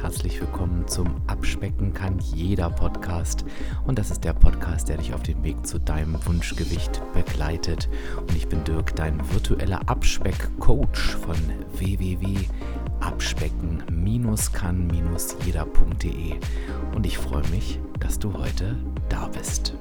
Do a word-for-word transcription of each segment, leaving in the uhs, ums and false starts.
herzlich willkommen zum Abspecken kann jeder Podcast. Und das ist der Podcast, der dich auf dem Weg zu deinem Wunschgewicht begleitet. Und ich bin Dirk, dein virtueller Abspeck-Coach von w w w punkt abspecken kann jeder punkt de. Und ich freue mich, dass du heute da bist.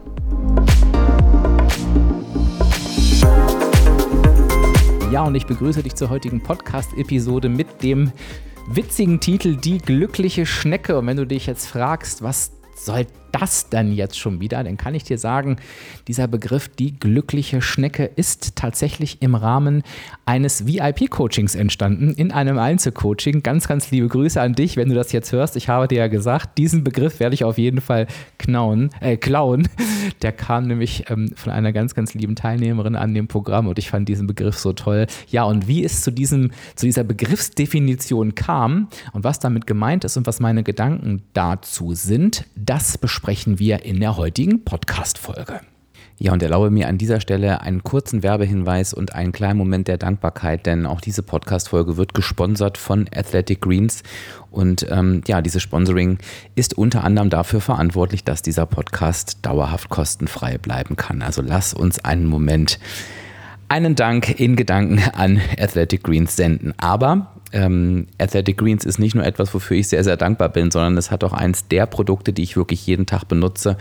Ja, und ich begrüße dich zur heutigen Podcast-Episode mit dem witzigen Titel Die glückliche Schnecke. Und wenn du dich jetzt fragst, was soll das denn jetzt schon wieder, dann kann ich dir sagen, dieser Begriff die glückliche Schnecke ist tatsächlich im Rahmen eines V I P-Coachings entstanden, in einem Einzelcoaching. Ganz, ganz liebe Grüße an dich, wenn du das jetzt hörst. Ich habe dir ja gesagt, diesen Begriff werde ich auf jeden Fall knauen, äh, klauen. Der kam nämlich ähm, von einer ganz, ganz lieben Teilnehmerin an dem Programm und ich fand diesen Begriff so toll. Ja, und wie es zu, diesem, zu dieser Begriffsdefinition kam und was damit gemeint ist und was meine Gedanken dazu sind, das besprechen wir in der heutigen Podcast-Folge. Ja, und erlaube mir an dieser Stelle einen kurzen Werbehinweis und einen kleinen Moment der Dankbarkeit, denn auch diese Podcast-Folge wird gesponsert von Athletic Greens und ähm, ja, dieses Sponsoring ist unter anderem dafür verantwortlich, dass dieser Podcast dauerhaft kostenfrei bleiben kann. Also lass uns einen Moment einen Dank in Gedanken an Athletic Greens senden. Aber ähm, Athletic Greens ist nicht nur etwas, wofür ich sehr, sehr dankbar bin, sondern es hat auch eins der Produkte, die ich wirklich jeden Tag benutze,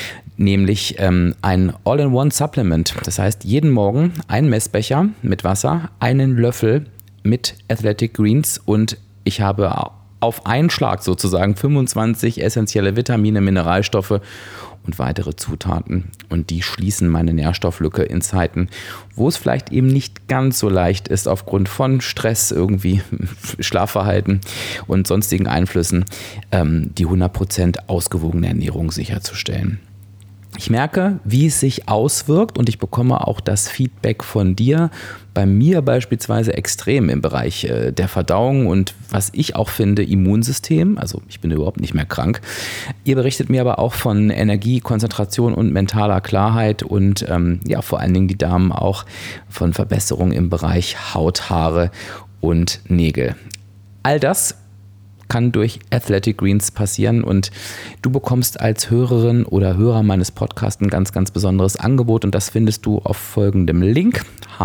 nämlich ähm, ein All-in-One-Supplement. Das heißt, jeden Morgen ein Messbecher mit Wasser, einen Löffel mit Athletic Greens und ich habe auf einen Schlag sozusagen fünfundzwanzig essentielle Vitamine, Mineralstoffe und weitere Zutaten. Und die schließen meine Nährstofflücke in Zeiten, wo es vielleicht eben nicht ganz so leicht ist, aufgrund von Stress, irgendwie Schlafverhalten und sonstigen Einflüssen, ähm, die hundert Prozent ausgewogene Ernährung sicherzustellen. Ich merke, wie es sich auswirkt und ich bekomme auch das Feedback von dir, bei mir beispielsweise extrem im Bereich äh, der Verdauung und was ich auch finde, Immunsystem, also ich bin überhaupt nicht mehr krank. Ihr berichtet mir aber auch von Energie, Konzentration und mentaler Klarheit und ähm, ja, vor allen Dingen die Damen auch von Verbesserungen im Bereich Haut, Haare und Nägel. All das kann durch Athletic Greens passieren und du bekommst als Hörerin oder Hörer meines Podcasts ein ganz, ganz besonderes Angebot und das findest du auf folgendem Link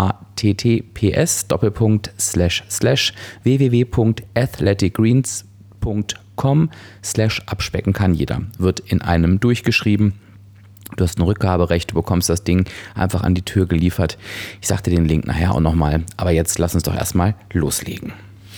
https doppelpunkt slash slash www.athleticgreens.com slash abspecken kann jeder. Wird in einem durchgeschrieben. Du hast ein Rückgaberecht, du bekommst das Ding einfach an die Tür geliefert. Ich sag dir den Link nachher auch nochmal, aber jetzt lass uns doch erstmal loslegen.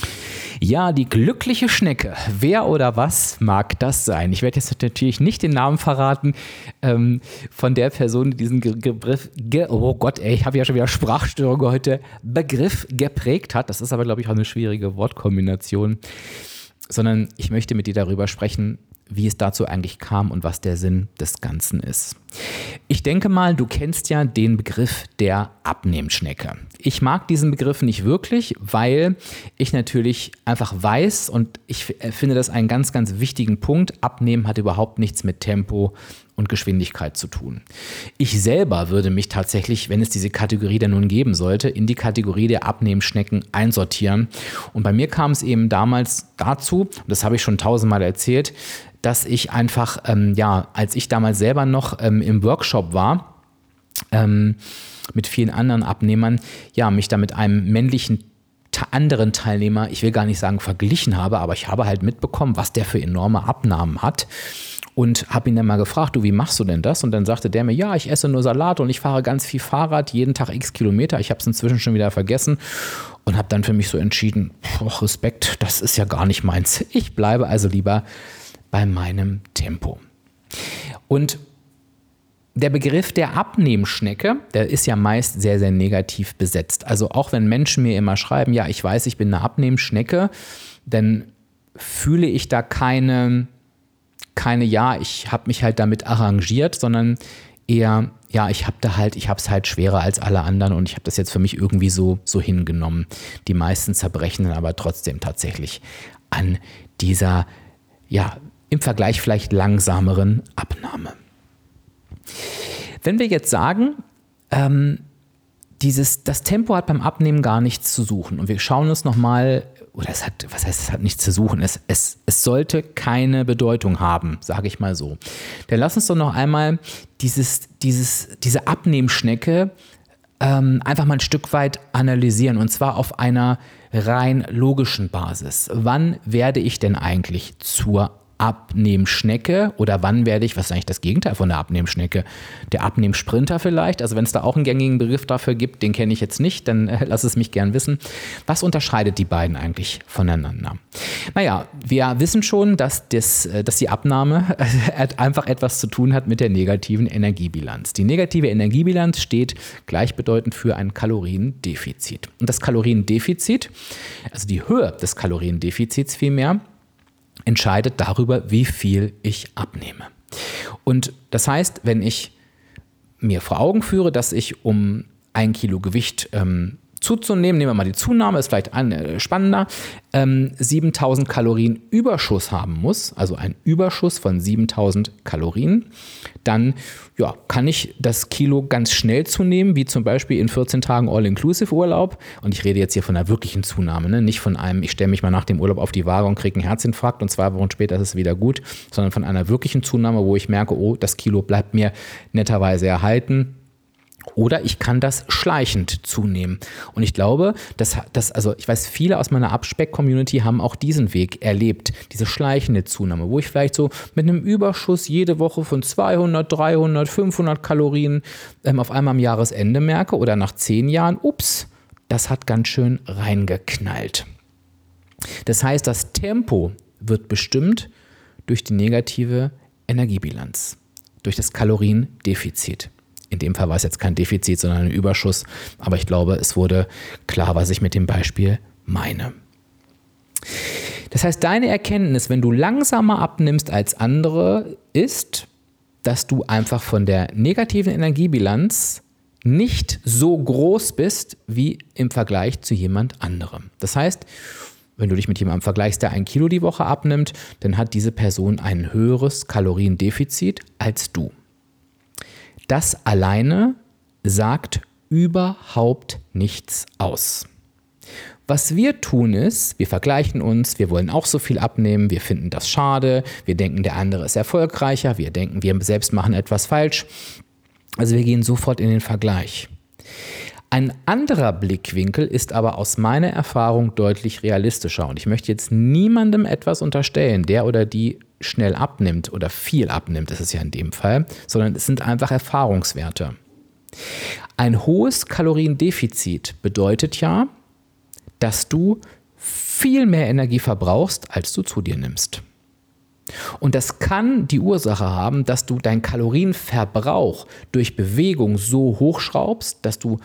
Ja, die glückliche Schnecke. Wer oder was mag das sein? Ich werde jetzt natürlich nicht den Namen verraten ähm, von der Person, die diesen Begriff, ge- oh Gott, ey, ich habe ja schon wieder Sprachstörung heute, Begriff geprägt hat. Das ist aber, glaube ich, auch eine schwierige Wortkombination. Sondern ich möchte mit dir darüber sprechen, wie es dazu eigentlich kam und was der Sinn des Ganzen ist. Ich denke mal, du kennst ja den Begriff der Abnehmschnecke. Ich mag diesen Begriff nicht wirklich, weil ich natürlich einfach weiß und ich finde das einen ganz, ganz wichtigen Punkt. Abnehmen hat überhaupt nichts mit Tempo und Geschwindigkeit zu tun. Ich selber würde mich tatsächlich, wenn es diese Kategorie denn nun geben sollte, in die Kategorie der Abnehmschnecken einsortieren. Und bei mir kam es eben damals dazu, und das habe ich schon tausendmal erzählt, dass ich einfach, ähm, ja, als ich damals selber noch ähm, im Workshop war, ähm, mit vielen anderen Abnehmern, ja, mich da mit einem männlichen ta- anderen Teilnehmer, ich will gar nicht sagen verglichen habe, aber ich habe halt mitbekommen, was der für enorme Abnahmen hat. Und habe ihn dann mal gefragt, du, wie machst du denn das? Und dann sagte der mir, ja, ich esse nur Salat und ich fahre ganz viel Fahrrad, jeden Tag x Kilometer. Ich habe es inzwischen schon wieder vergessen und habe dann für mich so entschieden, boah, Respekt, das ist ja gar nicht meins. Ich bleibe also lieber bei meinem Tempo. Und der Begriff der Abnehmschnecke, der ist ja meist sehr, sehr negativ besetzt. Also auch wenn Menschen mir immer schreiben, ja, ich weiß, ich bin eine Abnehmschnecke, dann fühle ich da keine... keine, ja, ich habe mich halt damit arrangiert, sondern eher, ja, ich habe da halt, ich habe es halt schwerer als alle anderen und ich habe das jetzt für mich irgendwie so, so hingenommen. Die meisten zerbrechen dann aber trotzdem tatsächlich an dieser, ja, im Vergleich vielleicht langsameren Abnahme. Wenn wir jetzt sagen, ähm, dieses, das Tempo hat beim Abnehmen gar nichts zu suchen und wir schauen uns nochmal oder es hat, was heißt, es hat nichts zu suchen, es, es, es sollte keine Bedeutung haben, sage ich mal so. Dann lass uns doch noch einmal dieses, dieses, diese Abnehmschnecke ähm, einfach mal ein Stück weit analysieren, und zwar auf einer rein logischen Basis. Wann werde ich denn eigentlich zur Abnehmschnecke oder wann werde ich, was ist eigentlich das Gegenteil von der Abnehmschnecke? Der Abnehmsprinter vielleicht? Also wenn es da auch einen gängigen Begriff dafür gibt, den kenne ich jetzt nicht, dann äh, lass es mich gern wissen. Was unterscheidet die beiden eigentlich voneinander? Naja, wir wissen schon, dass, das, dass die Abnahme einfach etwas zu tun hat mit der negativen Energiebilanz. Die negative Energiebilanz steht gleichbedeutend für ein Kaloriendefizit. Und das Kaloriendefizit, also die Höhe des Kaloriendefizits vielmehr, entscheidet darüber, wie viel ich abnehme. Und das heißt, wenn ich mir vor Augen führe, dass ich, um ein Kilo Gewicht ähm, zuzunehmen, nehmen wir mal die Zunahme, ist vielleicht ein, äh, spannender, ähm, siebentausend Kalorien Überschuss haben muss, also ein Überschuss von siebentausend Kalorien, dann ja, kann ich das Kilo ganz schnell zunehmen, wie zum Beispiel in vierzehn Tagen All-Inclusive-Urlaub. Und ich rede jetzt hier von einer wirklichen Zunahme, ne? Nicht von einem, ich stelle mich mal nach dem Urlaub auf die Waage und kriege einen Herzinfarkt und zwei Wochen später ist es wieder gut, sondern von einer wirklichen Zunahme, wo ich merke, oh, das Kilo bleibt mir netterweise erhalten. Oder ich kann das schleichend zunehmen. Und ich glaube, dass, dass, also ich weiß, viele aus meiner Abspeck-Community haben auch diesen Weg erlebt, diese schleichende Zunahme, wo ich vielleicht so mit einem Überschuss jede Woche von zweihundert, dreihundert, fünfhundert Kalorien ähm, auf einmal am Jahresende merke oder nach zehn Jahren, ups, das hat ganz schön reingeknallt. Das heißt, das Tempo wird bestimmt durch die negative Energiebilanz, durch das Kaloriendefizit. In dem Fall war es jetzt kein Defizit, sondern ein Überschuss. Aber ich glaube, es wurde klar, was ich mit dem Beispiel meine. Das heißt, deine Erkenntnis, wenn du langsamer abnimmst als andere, ist, dass du einfach von der negativen Energiebilanz nicht so groß bist wie im Vergleich zu jemand anderem. Das heißt, wenn du dich mit jemandem vergleichst, der ein Kilo die Woche abnimmt, dann hat diese Person ein höheres Kaloriendefizit als du. Das alleine sagt überhaupt nichts aus. Was wir tun ist, wir vergleichen uns, wir wollen auch so viel abnehmen, wir finden das schade, wir denken, der andere ist erfolgreicher, wir denken, wir selbst machen etwas falsch. Also wir gehen sofort in den Vergleich. Ein anderer Blickwinkel ist aber aus meiner Erfahrung deutlich realistischer. Und ich möchte jetzt niemandem etwas unterstellen, der oder die schnell abnimmt oder viel abnimmt, das ist ja in dem Fall, sondern es sind einfach Erfahrungswerte. Ein hohes Kaloriendefizit bedeutet ja, dass du viel mehr Energie verbrauchst, als du zu dir nimmst. Und das kann die Ursache haben, dass du deinen Kalorienverbrauch durch Bewegung so hochschraubst, dass du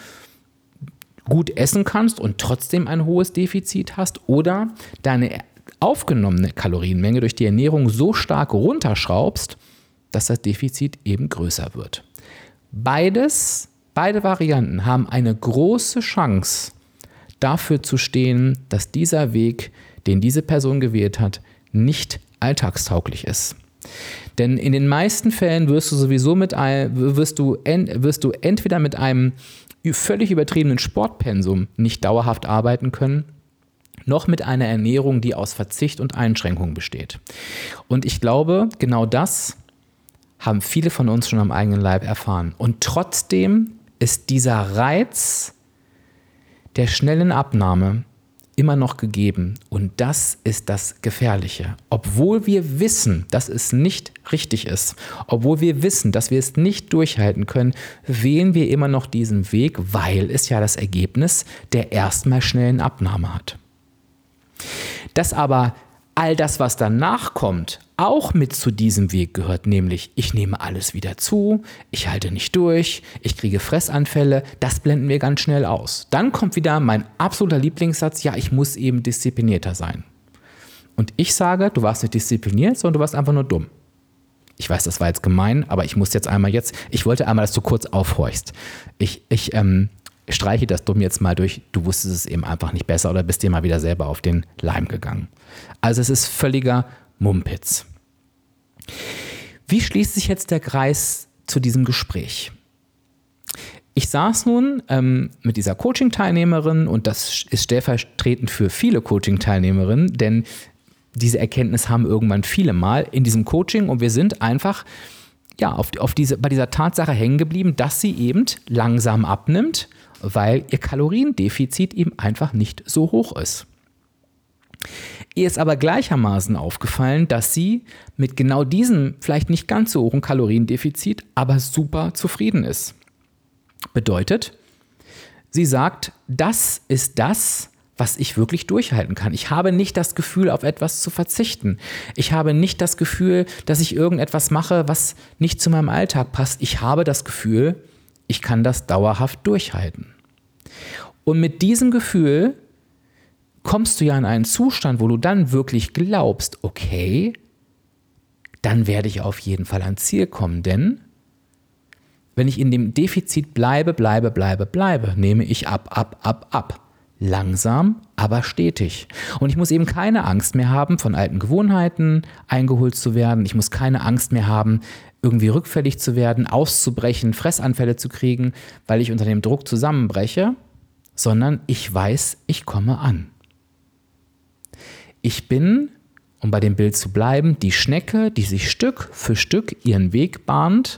gut essen kannst und trotzdem ein hohes Defizit hast, oder deine aufgenommene Kalorienmenge durch die Ernährung so stark runterschraubst, dass das Defizit eben größer wird. Beides, beide Varianten haben eine große Chance, dafür zu stehen, dass dieser Weg, den diese Person gewählt hat, nicht alltagstauglich ist. Denn in den meisten Fällen wirst du sowieso mit ein, wirst du, wirst du entweder mit einem völlig übertriebenen Sportpensum nicht dauerhaft arbeiten können, noch mit einer Ernährung, die aus Verzicht und Einschränkung besteht. Und ich glaube, genau das haben viele von uns schon am eigenen Leib erfahren. Und trotzdem ist dieser Reiz der schnellen Abnahme immer noch gegeben. Und das ist das Gefährliche. Obwohl wir wissen, dass es nicht richtig ist, obwohl wir wissen, dass wir es nicht durchhalten können, wählen wir immer noch diesen Weg, weil es ja das Ergebnis der erstmal schnellen Abnahme hat. Dass aber all das, was danach kommt, auch mit zu diesem Weg gehört, nämlich ich nehme alles wieder zu, ich halte nicht durch, ich kriege Fressanfälle, das blenden wir ganz schnell aus. Dann kommt wieder mein absoluter Lieblingssatz, ja, ich muss eben disziplinierter sein. Und ich sage, du warst nicht diszipliniert, sondern du warst einfach nur dumm. Ich weiß, das war jetzt gemein, aber ich muss jetzt einmal jetzt, ich wollte einmal, dass du kurz aufhorchst. Ich, ich ähm, streiche das dumm jetzt mal durch, du wusstest es eben einfach nicht besser oder bist dir mal wieder selber auf den Leim gegangen. Also es ist völliger Mumpitz. Wie schließt sich jetzt der Kreis zu diesem Gespräch? Ich saß nun ähm, mit dieser Coaching-Teilnehmerin und das ist stellvertretend für viele Coaching-Teilnehmerinnen, denn diese Erkenntnis haben irgendwann viele mal in diesem Coaching und wir sind einfach ja, auf, auf diese, bei dieser Tatsache hängen geblieben, dass sie eben langsam abnimmt, weil ihr Kaloriendefizit eben einfach nicht so hoch ist. Ihr ist aber gleichermaßen aufgefallen, dass sie mit genau diesem vielleicht nicht ganz so hohen Kaloriendefizit aber super zufrieden ist. Bedeutet, sie sagt, das ist das, was ich wirklich durchhalten kann. Ich habe nicht das Gefühl, auf etwas zu verzichten. Ich habe nicht das Gefühl, dass ich irgendetwas mache, was nicht zu meinem Alltag passt. Ich habe das Gefühl, ich kann das dauerhaft durchhalten. Und mit diesem Gefühl kommst du ja in einen Zustand, wo du dann wirklich glaubst, okay, dann werde ich auf jeden Fall ans Ziel kommen, denn wenn ich in dem Defizit bleibe, bleibe, bleibe, bleibe, nehme ich ab, ab, ab, ab. Langsam, aber stetig. Und ich muss eben keine Angst mehr haben, von alten Gewohnheiten eingeholt zu werden. Ich muss keine Angst mehr haben, irgendwie rückfällig zu werden, auszubrechen, Fressanfälle zu kriegen, weil ich unter dem Druck zusammenbreche, sondern ich weiß, ich komme an. Ich bin, um bei dem Bild zu bleiben, die Schnecke, die sich Stück für Stück ihren Weg bahnt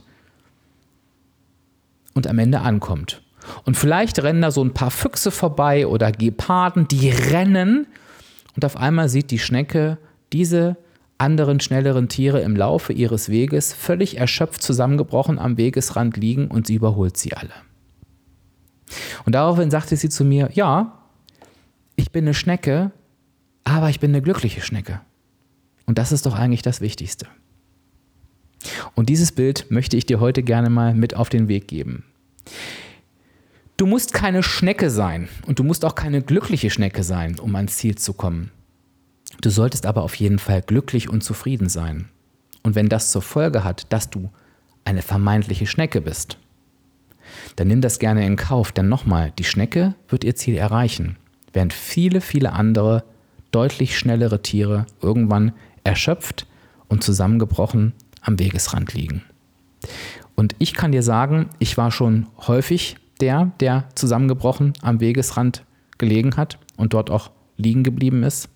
und am Ende ankommt. Und vielleicht rennen da so ein paar Füchse vorbei oder Geparden, die rennen und auf einmal sieht die Schnecke diese anderen, schnelleren Tiere im Laufe ihres Weges völlig erschöpft zusammengebrochen am Wegesrand liegen und sie überholt sie alle. Und daraufhin sagte sie zu mir, ja, ich bin eine Schnecke, aber ich bin eine glückliche Schnecke. Und das ist doch eigentlich das Wichtigste. Und dieses Bild möchte ich dir heute gerne mal mit auf den Weg geben. Du musst keine Schnecke sein und du musst auch keine glückliche Schnecke sein, um ans Ziel zu kommen. Du solltest aber auf jeden Fall glücklich und zufrieden sein. Und wenn das zur Folge hat, dass du eine vermeintliche Schnecke bist, dann nimm das gerne in Kauf, denn nochmal, die Schnecke wird ihr Ziel erreichen, während viele, viele andere, deutlich schnellere Tiere irgendwann erschöpft und zusammengebrochen am Wegesrand liegen. Und ich kann dir sagen, ich war schon häufig der, der zusammengebrochen am Wegesrand gelegen hat und dort auch liegen geblieben ist.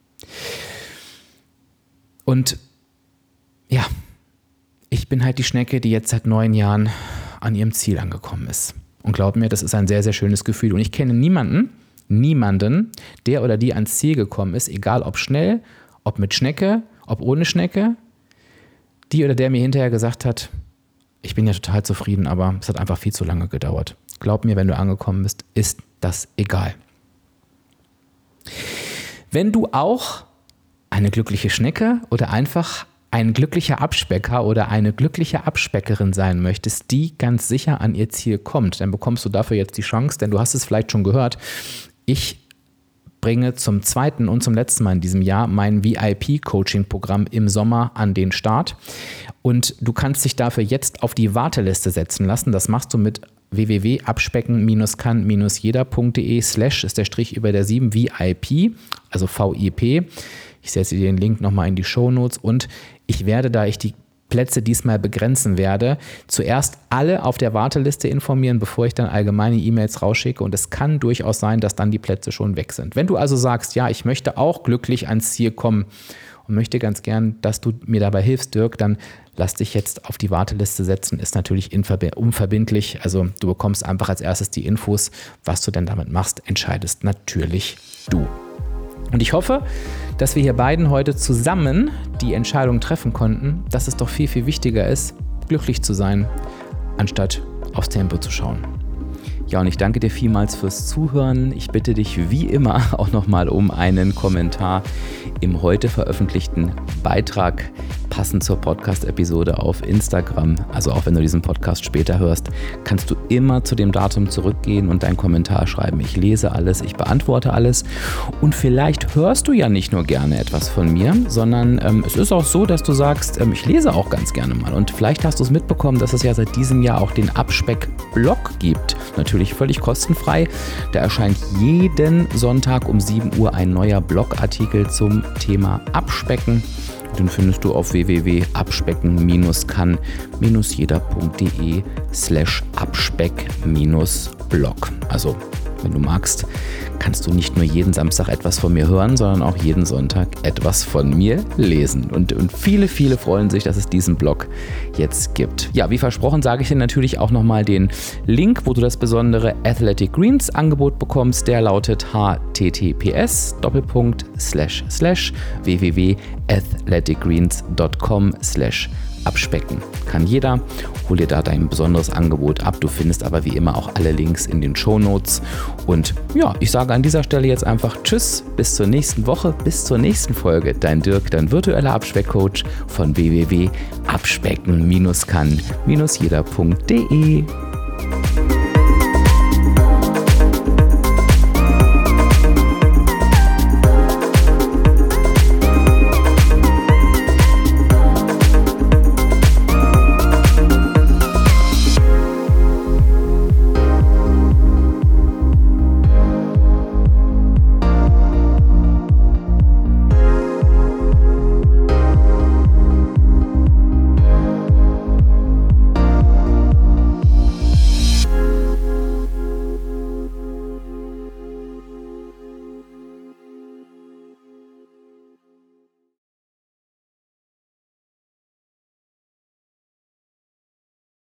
Und ja, ich bin halt die Schnecke, die jetzt seit neun Jahren an ihrem Ziel angekommen ist. Und glaub mir, das ist ein sehr, sehr schönes Gefühl. Und ich kenne niemanden, niemanden, der oder die ans Ziel gekommen ist, egal ob schnell, ob mit Schnecke, ob ohne Schnecke, die oder der mir hinterher gesagt hat, ich bin ja total zufrieden, aber es hat einfach viel zu lange gedauert. Glaub mir, wenn du angekommen bist, ist das egal. Wenn du auch eine glückliche Schnecke oder einfach ein glücklicher Abspecker oder eine glückliche Abspeckerin sein möchtest, die ganz sicher an ihr Ziel kommt, dann bekommst du dafür jetzt die Chance, denn du hast es vielleicht schon gehört, ich bringe zum zweiten und zum letzten Mal in diesem Jahr mein V I P-Coaching-Programm im Sommer an den Start. Und du kannst dich dafür jetzt auf die Warteliste setzen lassen. Das machst du mit w w w punkt abspecken kann jeder punkt de slash ist der Strich über der sieben V I P, also V I P. Ich setze dir den Link nochmal in die Shownotes und ich werde, da ich die Plätze diesmal begrenzen werde, zuerst alle auf der Warteliste informieren, bevor ich dann allgemeine E-Mails rausschicke und es kann durchaus sein, dass dann die Plätze schon weg sind. Wenn du also sagst, ja, ich möchte auch glücklich ans Ziel kommen und möchte ganz gern, dass du mir dabei hilfst, Dirk, dann lass dich jetzt auf die Warteliste setzen, ist natürlich unverbindlich, also du bekommst einfach als erstes die Infos, was du denn damit machst, entscheidest natürlich du. Und ich hoffe, dass wir hier beiden heute zusammen die Entscheidung treffen konnten, dass es doch viel, viel wichtiger ist, glücklich zu sein, anstatt aufs Tempo zu schauen. Ja, und ich danke dir vielmals fürs Zuhören. Ich bitte dich wie immer auch nochmal um einen Kommentar im heute veröffentlichten Beitrag, passend zur Podcast-Episode auf Instagram. Also auch wenn du diesen Podcast später hörst, kannst du immer zu dem Datum zurückgehen und deinen Kommentar schreiben. Ich lese alles, ich beantworte alles. Und vielleicht hörst du ja nicht nur gerne etwas von mir, sondern ähm, es ist auch so, dass du sagst, ähm, ich lese auch ganz gerne mal. Und vielleicht hast du es mitbekommen, dass es ja seit diesem Jahr auch den Abspeck-Blog gibt. Natürlich völlig kostenfrei. Da erscheint jeden Sonntag um sieben Uhr ein neuer Blogartikel zum Thema Abspecken. Den findest du auf w w w punkt abspecken kann jeder punkt de slash abspeck-blog. Also, wenn du magst, kannst du nicht nur jeden Samstag etwas von mir hören, sondern auch jeden Sonntag etwas von mir lesen. Und, und viele, viele freuen sich, dass es diesen Blog jetzt gibt. Ja, wie versprochen, sage ich dir natürlich auch nochmal den Link, wo du das besondere Athletic Greens Angebot bekommst. Der lautet h t t p s doppelpunkt slash slash w w w punkt athletic greens punkt com slash abspecken. Kann jeder. Hol dir da dein besonderes Angebot ab. Du findest aber wie immer auch alle Links in den Shownotes. Und ja, ich sage an dieser Stelle jetzt einfach Tschüss, bis zur nächsten Woche, bis zur nächsten Folge. Dein Dirk, dein virtueller Abspeckcoach von w w w punkt abspecken kann jeder punkt de.